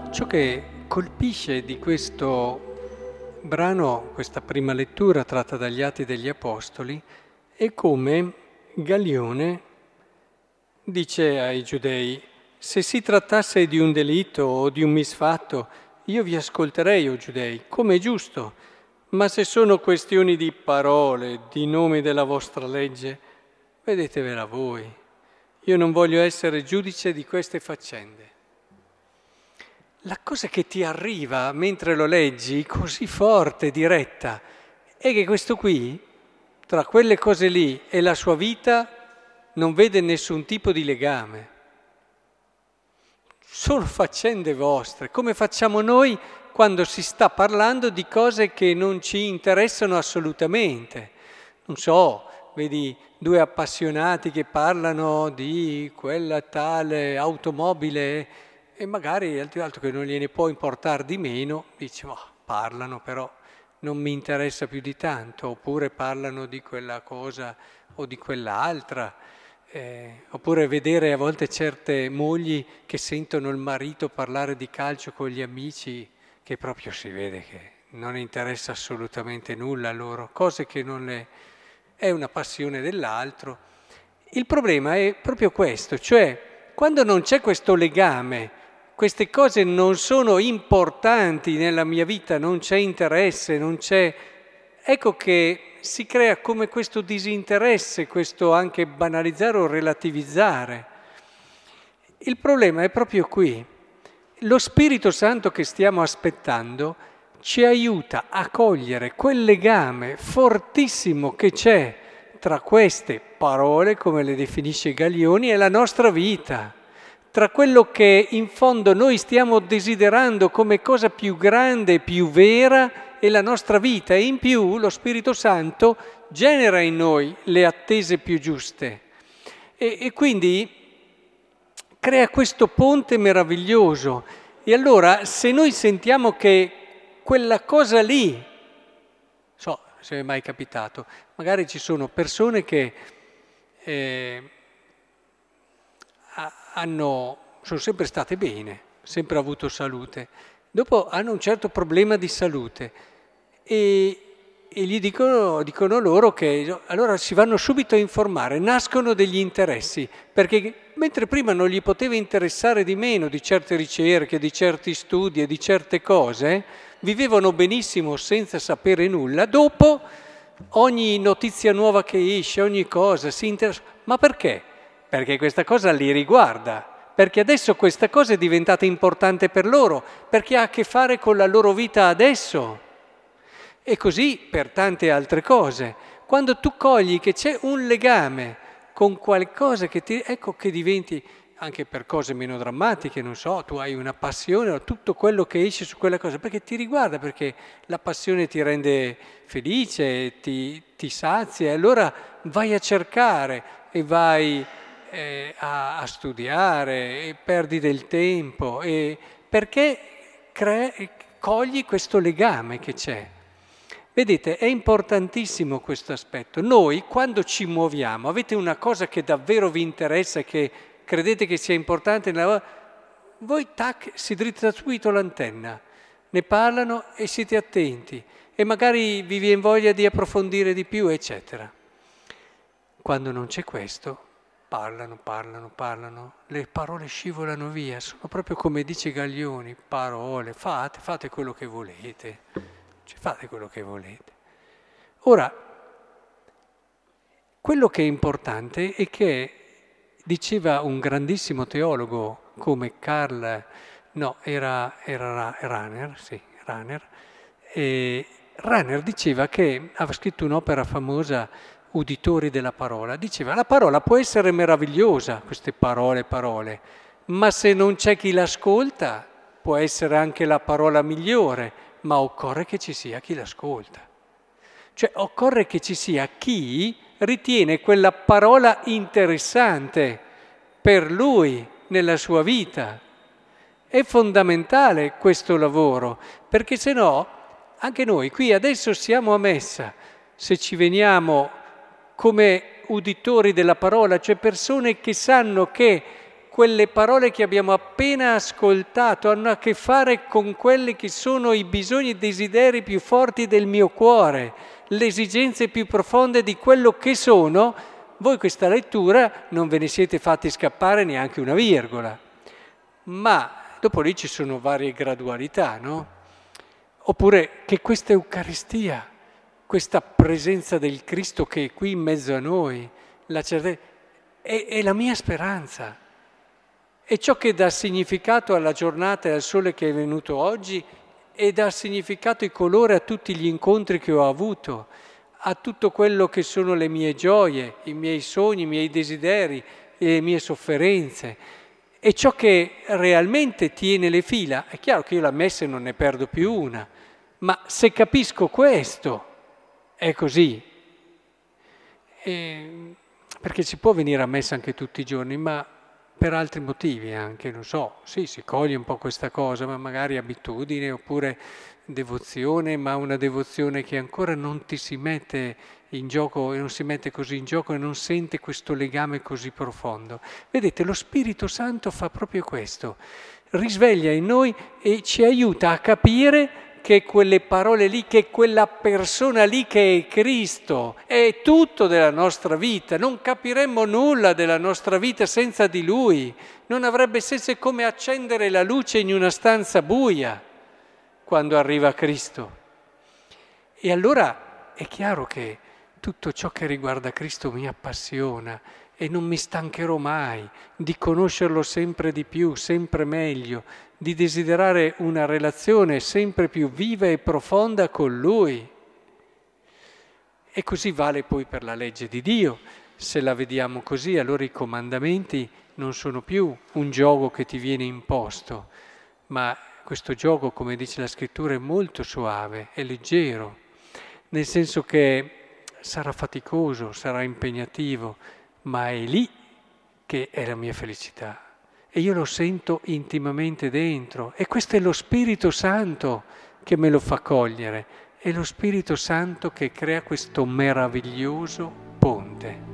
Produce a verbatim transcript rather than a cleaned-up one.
Ciò che colpisce di questo brano, questa prima lettura tratta dagli Atti degli Apostoli, è come Galione dice ai giudei: se si trattasse di un delitto o di un misfatto, io vi ascolterei, o giudei, come è giusto, ma se sono questioni di parole, di nomi della vostra legge, vedetevela voi. Io non voglio essere giudice di queste faccende. La cosa che ti arriva mentre lo leggi, così forte, diretta, è che questo qui, tra quelle cose lì e la sua vita, non vede nessun tipo di legame. Sono faccende vostre, come facciamo noi quando si sta parlando di cose che non ci interessano assolutamente. Non so, vedi due appassionati che parlano di quella tale automobile e magari altro che non gliene può importare di meno, dici, oh, parlano però non mi interessa più di tanto, oppure parlano di quella cosa o di quell'altra. Eh, oppure vedere a volte certe mogli che sentono il marito parlare di calcio con gli amici, che proprio si vede che non interessa assolutamente nulla a loro, cose che non le... è una passione dell'altro. Il problema è proprio questo, cioè quando non c'è questo legame, queste cose non sono importanti nella mia vita, non c'è interesse, non c'è... Ecco che si crea come questo disinteresse, questo anche banalizzare o relativizzare. Il problema è proprio qui. Lo Spirito Santo che stiamo aspettando ci aiuta a cogliere quel legame fortissimo che c'è tra queste parole, come le definisce Galioni, e la nostra vita, tra quello che in fondo noi stiamo desiderando come cosa più grande, più vera, e la nostra vita, e in più lo Spirito Santo genera in noi le attese più giuste e, e quindi crea questo ponte meraviglioso. E allora se noi sentiamo che quella cosa lì, so se è mai capitato, magari ci sono persone che eh, hanno, sono sempre state bene, sempre avuto salute, dopo hanno un certo problema di salute e, e gli dicono, dicono loro che allora si vanno subito a informare, nascono degli interessi, perché mentre prima non gli poteva interessare di meno di certe ricerche, di certi studi e di certe cose, vivevano benissimo senza sapere nulla, dopo ogni notizia nuova che esce, ogni cosa, si interessa. Ma perché? Perché questa cosa li riguarda, perché adesso questa cosa è diventata importante per loro, perché ha a che fare con la loro vita adesso. E così per tante altre cose. Quando tu cogli che c'è un legame con qualcosa che ti... ecco che diventi, anche per cose meno drammatiche, non so, tu hai una passione o tutto quello che esce su quella cosa, perché ti riguarda, perché la passione ti rende felice, ti, ti sazia, e allora vai a cercare e vai eh, a, a studiare e perdi del tempo, e perché cre... cogli questo legame che c'è. Vedete, è importantissimo questo aspetto. Noi, quando ci muoviamo, avete una cosa che davvero vi interessa e che credete che sia importante, nella... voi, tac, si dritta subito l'antenna, ne parlano e siete attenti e magari vi viene voglia di approfondire di più, eccetera. Quando non c'è questo, parlano, parlano, parlano, le parole scivolano via, sono proprio come dice Galioni, parole, fate, fate quello che volete. Fate quello che volete. Ora, quello che è importante è che, diceva un grandissimo teologo come Karl, no, era, era Rahner, sì, Rahner, e Rahner diceva che, aveva scritto un'opera famosa, Uditori della parola, diceva la parola può essere meravigliosa, queste parole, parole, ma se non c'è chi l'ascolta, può essere anche la parola migliore, ma occorre che ci sia chi l'ascolta. Cioè occorre che ci sia chi ritiene quella parola interessante per lui nella sua vita. È fondamentale questo lavoro, perché se no anche noi qui adesso siamo a messa, se ci veniamo come uditori della parola, cioè persone che sanno che quelle parole che abbiamo appena ascoltato, hanno a che fare con quelli che sono i bisogni e i desideri più forti del mio cuore, le esigenze più profonde di quello che sono, voi questa lettura non ve ne siete fatti scappare neanche una virgola. Ma dopo lì ci sono varie gradualità, no? Oppure che questa Eucaristia, questa presenza del Cristo che è qui in mezzo a noi, la certezza, è, è la mia speranza. È ciò che dà significato alla giornata e al sole che è venuto oggi e dà significato e colore a tutti gli incontri che ho avuto, a tutto quello che sono le mie gioie, i miei sogni, i miei desideri, le mie sofferenze. È ciò che realmente tiene le fila. È chiaro che io la messa non ne perdo più una, ma se capisco questo, è così. E, perché si può venire a messa anche tutti i giorni, ma per altri motivi anche, non so, sì, si coglie un po' questa cosa, ma magari abitudine oppure devozione, ma una devozione che ancora non ti si mette in gioco e non si mette così in gioco e non sente questo legame così profondo. Vedete, lo Spirito Santo fa proprio questo, risveglia in noi e ci aiuta a capire che quelle parole lì, che quella persona lì che è Cristo, è tutto della nostra vita. Non capiremmo nulla della nostra vita senza di Lui. Non avrebbe senso, come accendere la luce in una stanza buia quando arriva Cristo. E allora è chiaro che tutto ciò che riguarda Cristo mi appassiona e non mi stancherò mai di conoscerlo sempre di più, sempre meglio, di desiderare una relazione sempre più viva e profonda con Lui. E così vale poi per la legge di Dio. Se la vediamo così, allora i comandamenti non sono più un gioco che ti viene imposto, ma questo gioco, come dice la Scrittura, è molto soave, è leggero, nel senso che sarà faticoso, sarà impegnativo, ma è lì che è la mia felicità. E io lo sento intimamente dentro. E questo è lo Spirito Santo che me lo fa cogliere. È lo Spirito Santo che crea questo meraviglioso ponte.